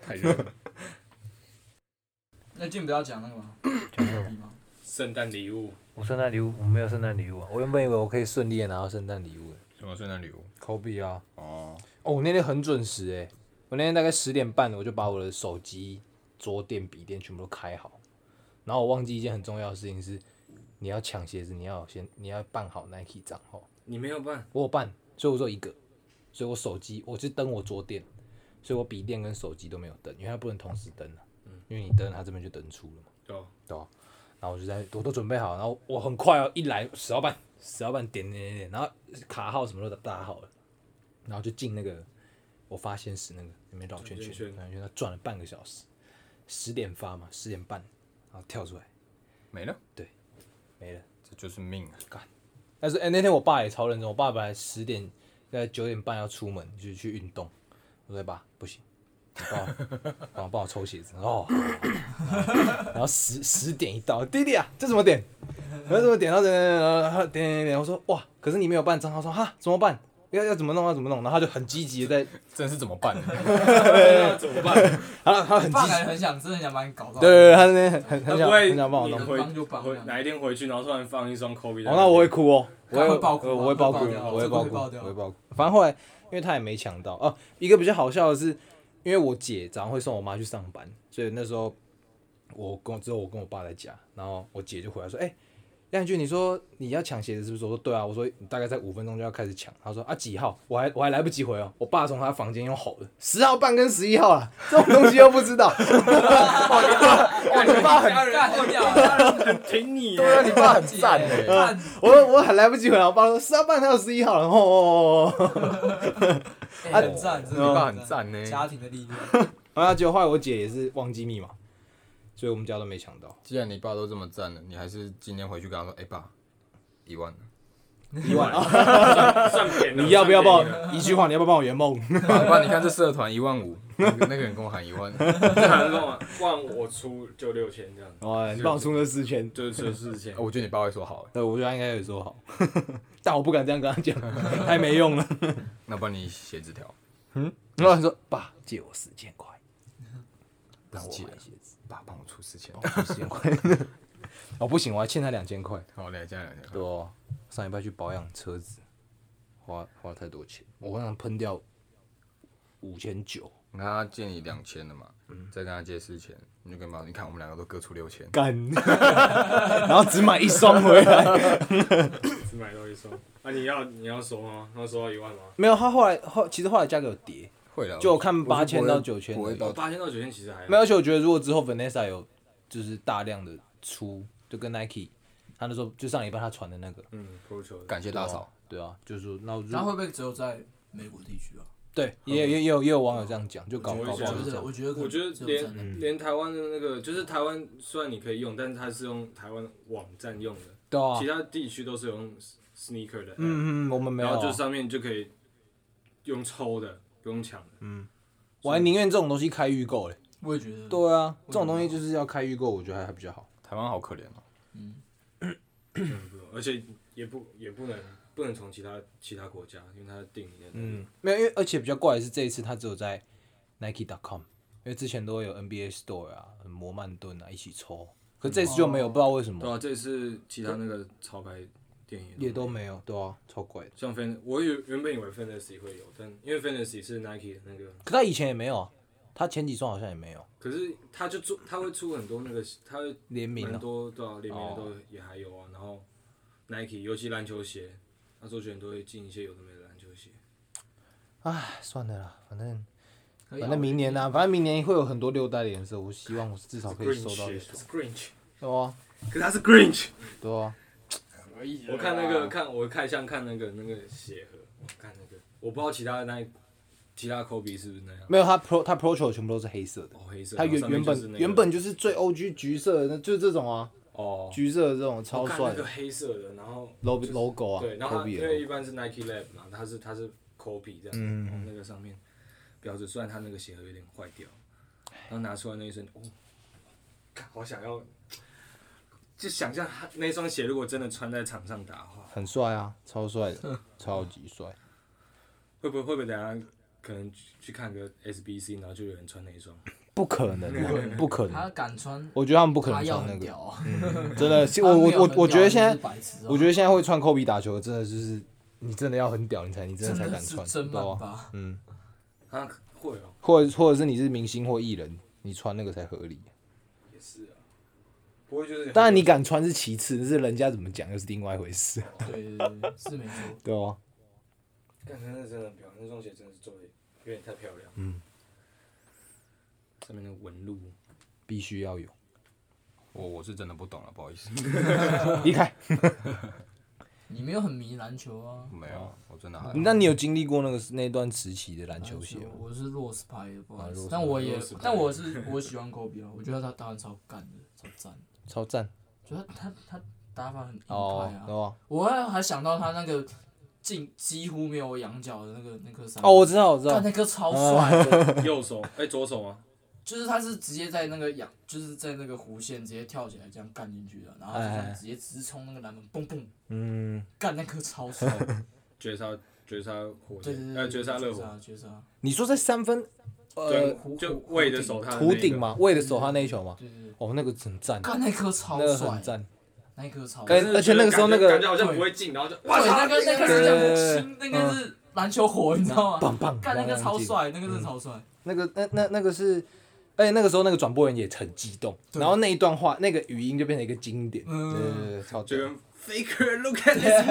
那今天不要讲那个吗？ 讲什么？ 圣诞礼物。 我圣诞礼物我没有圣诞礼物啊，我原本以为我可以顺利的拿到圣诞礼物。 什么圣诞礼物？ 抠币啊。 哦， 我那天很准时我那天大概10点半我就把我的手机、桌垫、笔电全部都开好，然后我忘记一件很重要的事情是，你要抢鞋子，你要办好 Nike 账号。 你没有办？ 我有办，所以我只有一个，所以我手机我是登我桌垫，所以我笔电跟手机都没有登，因为它不能同时登因为你登它这边就登出了嘛。对啊。然后我都准备好，然后我很快一来10号半点，然后卡号什么都打好了，然后就进那个我发现时那个里面绕圈，他转了半个小时，10点发嘛，10点半，然后跳出来， 没了。 对，没了， 这就是命啊！ 干。但是那天我爸也超认真，我爸本来10点在9点半要出门去运动，我说爸不行。帮我抽鞋子哦，然后10点一到，弟弟啊，这怎么点？然后怎么点？然后点，我说哇，可是你没有办账号，说哈怎么办？ 要怎么弄，然后他就很积极的在， 真是怎么办？ 怎么办？ 他很积极， 真的很想把你搞到。 对，他那边很想帮我弄。 哪一天回去，然后突然放一双 Kobe。 那我会哭哦， 我会爆哭， 我会爆哭。反正后来因为他也没抢到哦。一个比较好笑的是，因为我姐早上会送我妈去上班，所以那时候只有我跟我爸在家，然后我姐就回来说，亮君，你说你要抢鞋子是不是？我说对啊，我说你大概在5分钟就要开始抢。他说几号？我还来不及回哦。我爸从他房间用吼的10号半跟11号啦，这种东西又不知道。你爸很挺你， 对啊，你爸很赞哎。我还来不及回来，我爸说10号半还有11号了， 很赞， 你爸很赞呢， 家庭的力量。 然后结果后来我姐也是忘记密码。所以我们家都没抢到。 既然你爸都这么赞了，你还是今天回去跟他说：“爸，1万。 ”1万算便宜。 你要不要帮我？一句话，你要不要帮我圆梦？ 爸，你看这社团15000，那个人跟我喊1万， 不然我出就6000这样。 哦，你帮我出那4000， 就是4000。 我觉得你爸会说好。 对，我觉得他应该也说好，但我不敢这样跟他讲，太没用了。 那帮你写纸条。 然后他说：“爸，借我4000块。” 让我买鞋子。爸，帮我出4000。 4000块。哦，不行，我还欠他2000块。 好，2000。 对哦，上礼拜去保养车子，花太多钱，我好像喷掉5900。 你看他借你2000的嘛，再跟他借4000，你就跟他，你看我们2个都各出6000。 干，然后只买1双回来。 只买到1双。你要收吗？要收到1万吗？ 没有，他其实后来价格有跌。 会了， 就我看8000到9000， 不会到 8000到9000其实还没有。而且我觉得如果之后 Vanessa 有就是大量的出，就跟 Nike， 他那时候就上礼拜他传的那个 ，Pro 球感谢大嫂， 对啊，就是说那会不会只有在美国地区啊？ 对，也有网友这样讲，就搞不好我觉得连台湾的那个，就是台湾虽然你可以用，但是它是用台湾网站用的， 对啊， 其他地区都是用 sneaker 的， 我们没有， 然后就上面就可以用抽的。不用抢的， 我还宁愿这种东西开预购嘞。 我也觉得。 对啊，这种东西就是要开预购，我觉得还比较好。 台湾好可怜哦。 而且也不能从其他国家，因为它定你的。 没有，因为而且比较怪的是这一次它只有在 Nike.com， 因为之前都会有 NBA Store 啊、摩曼顿啊一起抽，可这次就没有，不知道为什么。 对啊，这次其他那个潮牌。 也都没有，对啊，超怪的。 像我原本以为 Fantasy 会有，但因为 Fantasy 是 Nike 的那个， 可他以前也没有啊，他前几双好像也没有。 可是他会出很多那个，他会联名很多对啊，联名的都也还有啊。然后 Nike 尤其篮球鞋，他周杰伦都会进一些有的没的篮球鞋。 唉，算了啦，反正明年啊，反正明年会有很多6代的颜色，我希望我至少可以收到一双。对啊。 可是他是 Grinch。 对啊。 我看那个看那个鞋盒，我看那个，我不知道其他 Kobe 是不是那样。 没有，他 Pro 球全部都是黑色的。 哦，黑色。 他原本就是最 OG 橘色的，就是这种啊。哦。橘色的这种超帅。 我看那个黑色的，然后 logo 啊。 对，然后因为一般是 Nike Lab 嘛，它是 Kobe 这样，然后那个上面标志，虽然它那个鞋盒有点坏掉，然后拿出来那一瞬，好想要。就想象那双鞋如果真的穿在场上打的话， 很帅啊，超帅的，超级帅。 会不会等下可能去看个 SBC， 然后就有人穿那一双？ 不可能，不可能。 他敢穿， 我觉得他们不可能穿那个。真的，我觉得现在会穿 Kobe 打球的，真的就是你真的要很屌，你真的才敢穿， 真吧？ 他会哦。 或者是你是明星或艺人，你穿那个才合理。 也是啊。不会就是。 当然你敢穿是其次，但是人家怎么讲又是另外一回事。 对，是没错。 对哦。 看那真的漂亮，那双鞋真的是做的有点太漂亮。上面的纹路必须要有。 我是真的不懂了，不好意思。 离开。 你没有很迷篮球啊？ 没有，我真的还。 那你有经历过那段时期的篮球鞋吗？ 我是洛斯派的，不好意思。但我喜欢科比啊，我觉得他打得超干的，超赞。 超赞。 就他打法很硬派啊。 哦。 我还想到他那个几乎没有仰角的那颗三。 哦，我知道。 看那颗超帅的。 右手，左手吗？ 就是他是直接在那个就是在那个弧线直接跳起来这样干进去的，然后就直接直冲那个篮板，嘣嘣，干那颗超帅， 绝杀绝杀火箭，绝杀热火， 绝杀。 你说在3分， 就魏的手他弧顶吗？魏的手他那一球吗？哦，那个很赞， 看那颗超帅， 那个很赞， 那颗超。 而且那个时候那个感觉好像不会进，然后就哇，那个是这样那个是篮球火，你知道吗？ 棒棒， 看那个超帅，那个真的超帅。 那个是。而且那个时候那个转播人也很激动，然后那一段话那个语音就变成一个经典，对，超就跟 Faker look at this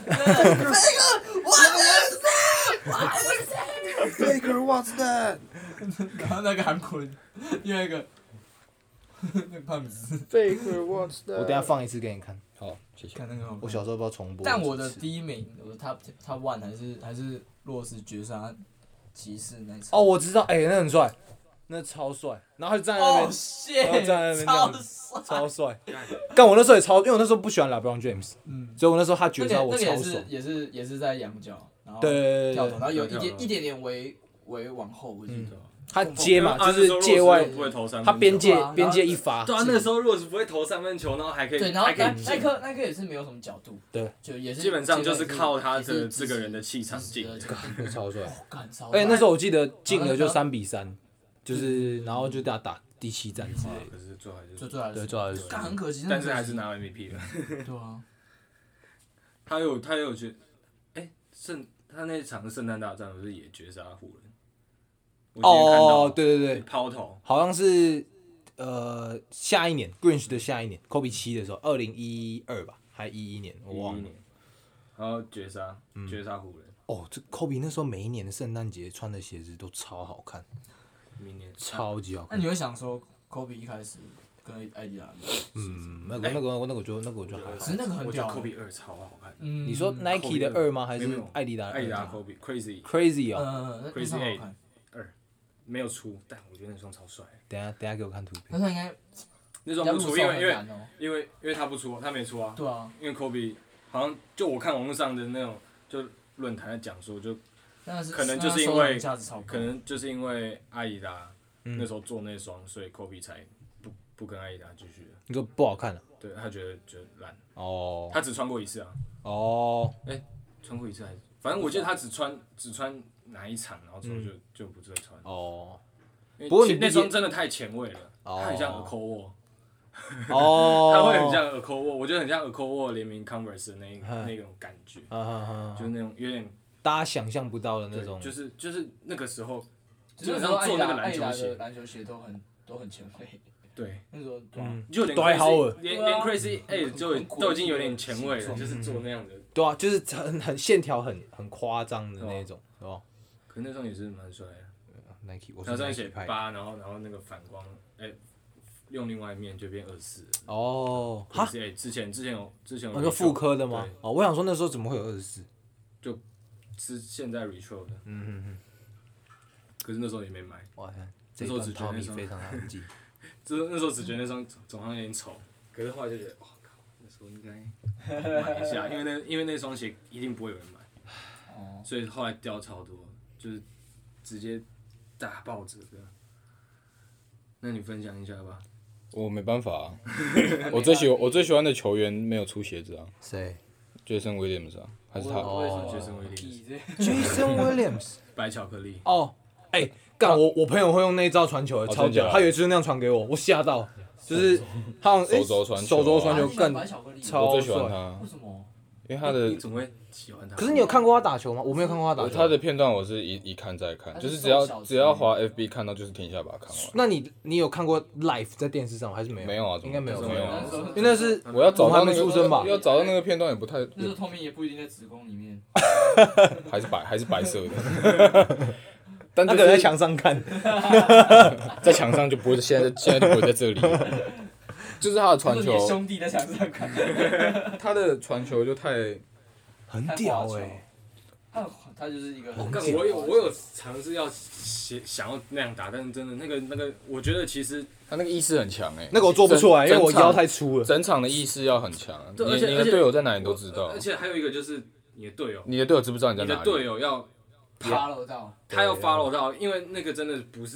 move，Faker what's that？ 然后那个韩国人，另外一个那个胖子 ，Faker what's that？ 我等下放一次给你看， 好，谢谢。 看那个， 我小时候不知道重播。 但我的第一名，我的 top one 还是洛斯绝杀骑士那一场。 哦，我知道，那很帅。那超帅，然后他就站在那边，然后站在那边这样子，超帅。但我那时候也超，因为我那时候不喜欢 LeBron James，所以我那时候他绝杀我超爽。 也是在仰角，然后对跳投，然后有一点点微往后，我记得。 他接嘛，就是界外，他边界一发。 对啊，那个时候若是不会投3分球，然后还可以， 对，然后那颗也是没有什么角度， 对， 就也是基本上就是靠他的这个人的气场进， 超帅。 而且那时候我记得进了就3-3。就是然后就打第7战之类的， 可是最后最后还是， 很可惜， 但是还是拿 MVP 了。 对啊， 他有觉得，他那场圣诞大战不是也绝杀湖人？ 哦，对， 抛投， 好像是下一年 Grinch 的下一年 ，Kobe 7的时候，2012吧，还11年，我忘了。 然后绝杀湖人。 哦，这 Kobe 那时候每一年的圣诞节穿的鞋子都超好看。 明年超级好看。 那你会想说，Kobe 一开始跟艾迪达？ 那个我就还好。 其实那个很屌。 Kobe 2超好看。 你说 Nike 的2吗？还是艾迪达？ 艾迪达 Kobe Crazy 啊。Crazy 2没有出，但我觉得那双超帅。 等下给我看图片。 但是应该那双不出，因为他不出，他没出啊。 对啊。 因为 Kobe 好像就我看网络上的那种就论坛在讲说就。可能就是因为阿迪达那时候做那双，所以 Kobe 才不跟阿迪达继续了。 你说不好看了？ 对，他觉得烂。 哦。 他只穿过一次啊。 哦。 穿过一次还是？反正我记得他只穿哪一场，然后之后就不再穿。 哦。 不过你那双真的太前卫了，它很像 Echo Wall。 哦。 它会很像 Echo Wall，我觉得很像 Echo Wall 联名 Converse 的那种感觉。就是那种有点。 大家想象不到的那种， 就是那个时候， 基本上做那个篮球鞋都很前卫。 对， 那时候就连 Crazy 都已经有点前卫了，就是做那样的。 对啊，就是很线条很夸张的那种，是吧？ 可那双也是蛮帅的。 Nike， 我上面写8，然后那个反光，用另外一面就变24。 哦。 哈。之前有。 那个复刻的吗？哦，我想说那时候怎么会有24？ 是现在 retro 的，可是那时候也没买。 哇，这时候只觉得那双非常安静。 那时候只觉得那双总好像有点丑，可是后来就觉得，哇靠，那时候应该买一下，因为那双鞋一定不会有人买，所以后来掉超多，就是直接大爆折的。那你分享一下吧。 我没办法啊，我最喜欢的球员没有出鞋子啊。 谁 ？Jason Williams 啊，还是他 ？Jason Williams。 白巧克力。 哦，干我朋友会用那一招传球，超屌！他有一次那样传给我，我吓到，就是他好像手肘传球更超帅。 我最喜欢他。 为什么？ 因为他的。 你怎么会喜欢他？ 可是你有看过他打球吗？我没有看过他打球。 他的片段我是一看再看，就是只要滑 FB 看到就是停下把它看完。 那你有看过 live 在电视上还是没有？ 没有啊， 应该没有。 没有啊。 因为那是我要找到那个出生吧， 要找到那个片段也不太。 那透明也不一定在子宫里面。 还是白色的。但那个在墙上看， 在墙上就不会现在就不会在这里。就是他的传球。 兄弟在墙上看。 他的传球就很屌他就是一个。 我有尝试要想要那样打，但是真的那个，我觉得其实他那个意识很强那个我做不出来，因为我腰太粗了。 整场的意识要很强，你的队友在哪里都知道。 而且还有一个就是你的队友知不知道你在哪里？ 你的队友要 follow到， 他要 follow 到，因为那个真的不是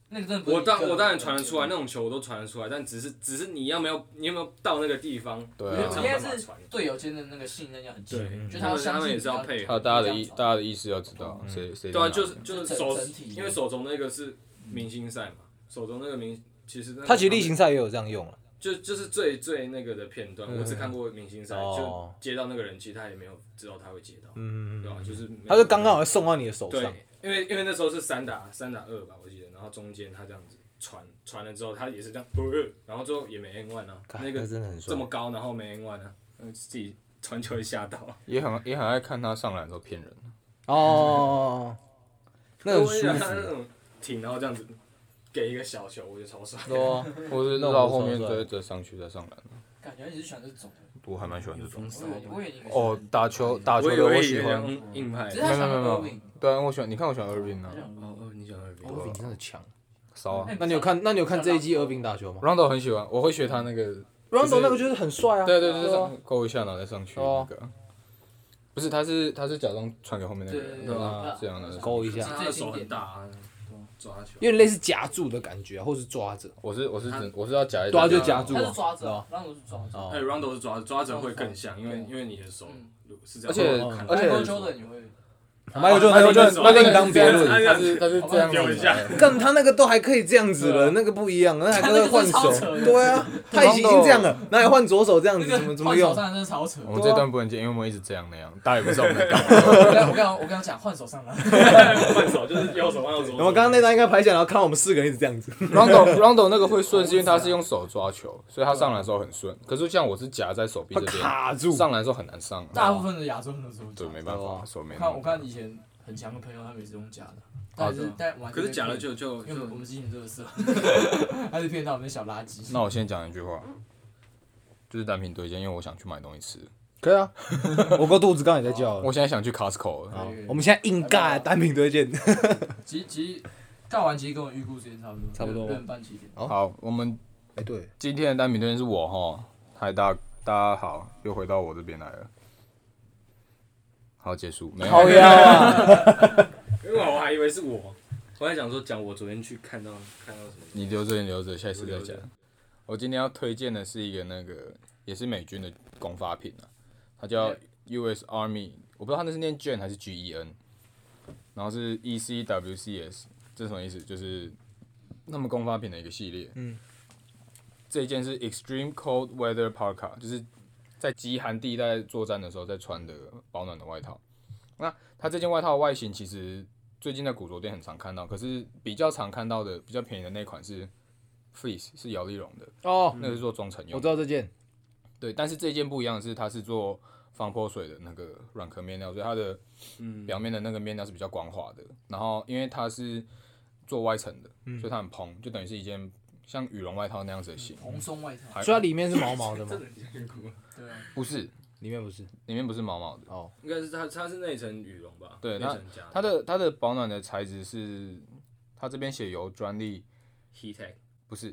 那个真的不是我当然传得出来，那种球我都传得出来，但只是你有没有到那个地方， 对啊，应该是队友间的那个信任要很强，就他们也是要配合， 还有大家的意思要知道谁。 对啊，就是手，因为手中那个是明星赛嘛，手中那个其实他其实例行赛也有这样用了。 就是最那个的片段，我只看过明星赛，就接到那个人，其实他也没有知道他会接到，对吧？就是他就刚刚好送到你的手上。 对，因为那时候是3打2吧，我记得，然后中间他这样子传了之后，他也是这样，然后最后也没 N1 啊，那个这么高，然后没 N1 啊，自己传球也吓到。 也很爱看他上篮的时候骗人。 哦，那很舒服。 他那种挺，然后这样子。给一个小球，我觉得超帅。 对啊，或者绕后面再上去再上篮。 感觉你是喜欢这种。 我还蛮喜欢这种。 哦， 打球的我喜欢。 硬派。 没有。对啊，我喜欢。你看我喜欢Irving啊。 你喜欢Irving。 Irving真的强。 骚啊！ 那你有看这一季Irving打球吗 ？Rondo 很喜欢，我会学他那个。 Rondo 那个就是很帅啊。 对，就是勾一下然后再上去那个。不是，他是假装传给后面那个人，这样的勾一下。 他的手很大啊。抓球， 有点类似夹住的感觉，或是抓着。 我是要夹一抓就夹住， 他是抓着，Rondo 是抓着。 Rondo 是抓着会更像，因为你的手是这样。 而且 Jordan 你会。 Michael Jordan 那另当别论， 他是这样子， 跟他那个都还可以这样子了，那个不一样，那还可以换手。对啊，他已经这样了，那还换左手这样子，怎么用？ 换手上真的超扯。 我们这段不能接，因为我们一直这样那样，大家也不知道我们在干嘛。我刚刚讲换手上篮， 换手就是右手换右手。 我们刚刚那段应该拍下来，然后看到我们4个人一直这样子。 Rondo 那个会顺，是因为他是用手抓球，所以他上篮的时候很顺。可是像我是夹在手臂这边， 卡住， 上篮的时候很难上。 大部分的亚洲人都是对，没办法，手没。 我看以前。很强的朋友，他们也是用假的， 可是假的就因为我们是很热色，还是骗到我们小垃圾。 那我先讲一句话，就是单品推荐，因为我想去买东西吃。 可以啊，我哥肚子刚也在叫了。 我现在想去 Costco 了。 我们现在硬尬单品推荐。 其实尬完其实跟我预估时间差不多，6点半7点。 好，我们对， 今天的单品推荐是我哈，嗨大家好，又回到我这边来了。好，结束。 好呀啊！ 因为我还以为是我还想说讲我昨天去看到什么。 你留着，下一次再讲。我今天要推荐的是一个那个也是美军的公发品啊，它叫 US Army， 我不知道它那是念 GEN 还是 GEN， 然后是 ECWCS， 这是什么意思？就是他们公发品的一个系列。这一件是 Extreme Cold Weather Parka， 就是在极寒地带作战的时候在穿的保暖的外套。那它这件外套的外形其实最近在古着店很常看到，可是比较常看到的比较便宜的那款是 Fleece， 是摇粒绒的哦，那个是做中层用。 我知道这件。 对，但是这件不一样的是，它是做防泼水的那个软壳面料，所以它的表面的那个面料是比较光滑的。然后因为它是做外层的，所以它很蓬，就等于是一件像羽绒外套那样子的型。 蓬松外套。 所以它里面是毛毛的吗？ 对啊。 不是， 里面不是， 里面不是毛毛的。 哦，应该是它是内层羽绒吧？ 对，它的保暖的材质是，它这边写有专利 Heattech， 不是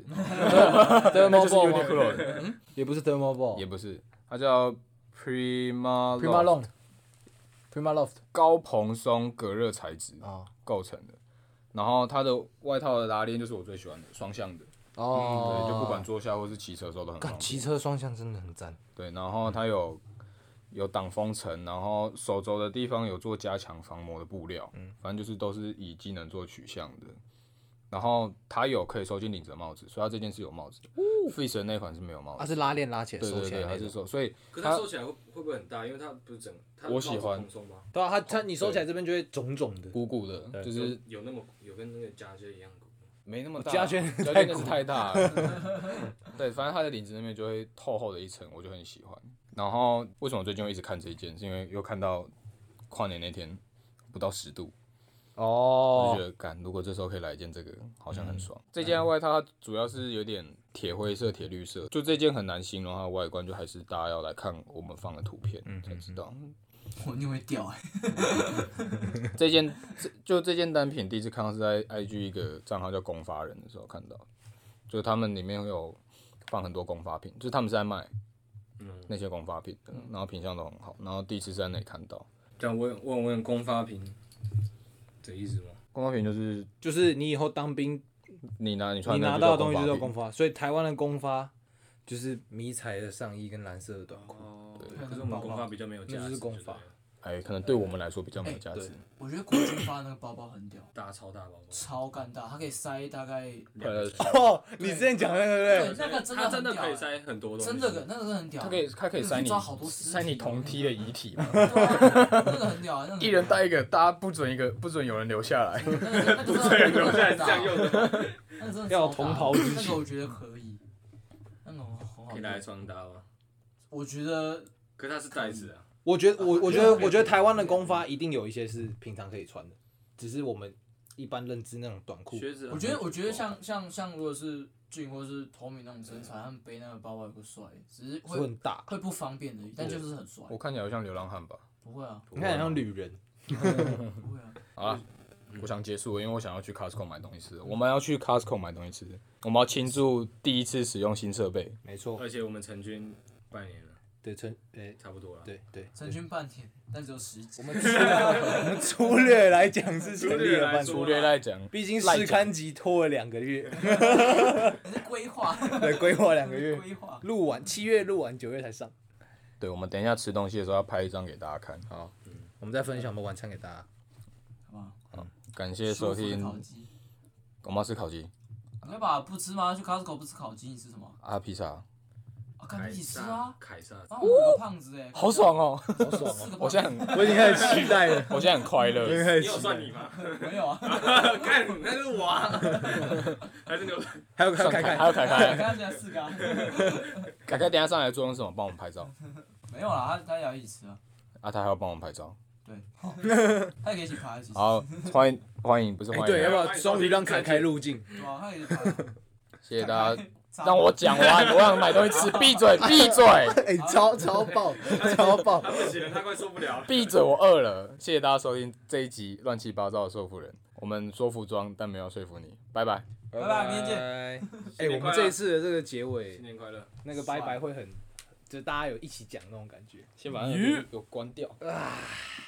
，Thermal Ball， 也不是 Thermal Ball， 也不是，它叫 Primaloft 高蓬松隔热材质构成的。然后它的外套的拉链就是我最喜欢的双向的。哦，对，就不管坐下或是骑车的时候都很方便。 骑车双向真的很赞。 对，然后它有挡风层，然后手肘的地方有做加强防磨的布料，反正就是都是以机能做取向的。然后它有可以收进领子的帽子，所以它这件是有帽子的。Fleece 的那款是没有帽子， 它是拉链拉起来收起来， 对，它是收，所以可是它收起来会不会很大？因为它不是整， 我喜欢。 对啊，它你收起来这边就会肿肿的、 鼓鼓的，就是有跟那个夹圈一样鼓。 没那么大， 夹圈真的是太大了。对，反正它的领子那边就会厚厚的一层，我就很喜欢。然后为什么最近会一直看这一件？是因为又看到跨年那天不到10度，我就觉得如果这时候可以来一件这个，好像很爽。这件外套它主要是有点铁灰色、铁绿色，就这件很难形容它的外观，就还是大家要来看我们放的图片才知道。 我你会掉这件单品第一次看到是在 IG 一个账号叫公发人的时候看到，就他们里面有放很多公发品，就是他们是在卖那些公发品的，然后品相都很好，然后第一次是在那里看到。 这样问公发品的意思吗？ 公发品就是你以后当兵你拿到的东西就是公发，所以台湾的公发就是迷彩的上衣跟蓝色的短裤。 可是我们公发比较没有价值， 就是公发。 可能对我们来说比较没有价值。 我觉得国军发那个包包很屌， 超大包包， 超干大，它可以塞大概。 你之前讲的对不对？那个它真的可以塞很多东西。 真的，那个真的很屌。 它可以塞你抓好多尸体， 塞你同梯的遗体嘛。 那个很屌， 一人带一个，大家不准有人留下来。 不准有人留下来是这样用的吗？那个真的要同袍之情。那个我觉得可以，那种可以拿来穿搭吗？ 我觉得， 可是它是袋子啊。 我觉得台湾的公发一定有一些是平常可以穿的，只是我们一般认知那种短裤。 我觉得像如果是俊或是头米那种身材，他们背那个包包也不帅，只是会很大， 会不方便而已，但就是很帅。 我看起来像流浪汉吧？ 不会啊， 你看起来像旅人。 不会啊。 好了，我想结束了，因为我想要去 Costco 买东西吃。我们要去 Costco 买东西吃，我们要庆祝第一次使用新设备。 没错。 而且我们成军半年了。 对， 差不多了。 对， 成军半年，但只有10集。 我们粗略来讲是成立了半年。 粗略来讲， 毕竟试刊集拖了2个月。 你是规划？ 对，规划2个月。 规划。 录完7月录完9月才上。 对，我们等一下吃东西的时候要拍一张给大家看。 好，我们再分享我们晚餐给大家。 好，感谢收听。我们要吃烤鸡。 你要把不吃吗？去 Costco 不吃烤鸡，你吃什么？ 披萨。 跟你一起吃啊！ 凯撒， 我有个胖子好爽哦！ 好爽哦！ 我现在我已经开始期待了， 我现在很快乐。 你有算你吗？ 没有啊！ 看，那是我啊！还是你有？ 还有凯， 还有凯， 刚才4个。 凯等下上来作用是什么？帮我们拍照。 没有啦，他也要一起吃啊。 他还要帮我们拍照。 对，他也可以一起拍，一起吃。 好，欢迎，不是欢迎。 对，要不要终于让凯入境？ 对啊，他也可以拍。 谢谢大家。让我讲完，我想买东西吃，闭嘴！ 超爆！ 他不行了，他快受不了了。 闭嘴，我饿了。谢谢大家收听这一集乱七八糟的说服人。我们说服装，但没有说服你。拜拜， 明天见。 我们这一次的这个结尾， 新年快乐， 那个拜拜会很，就大家有一起讲那种感觉。 先把那个有关掉。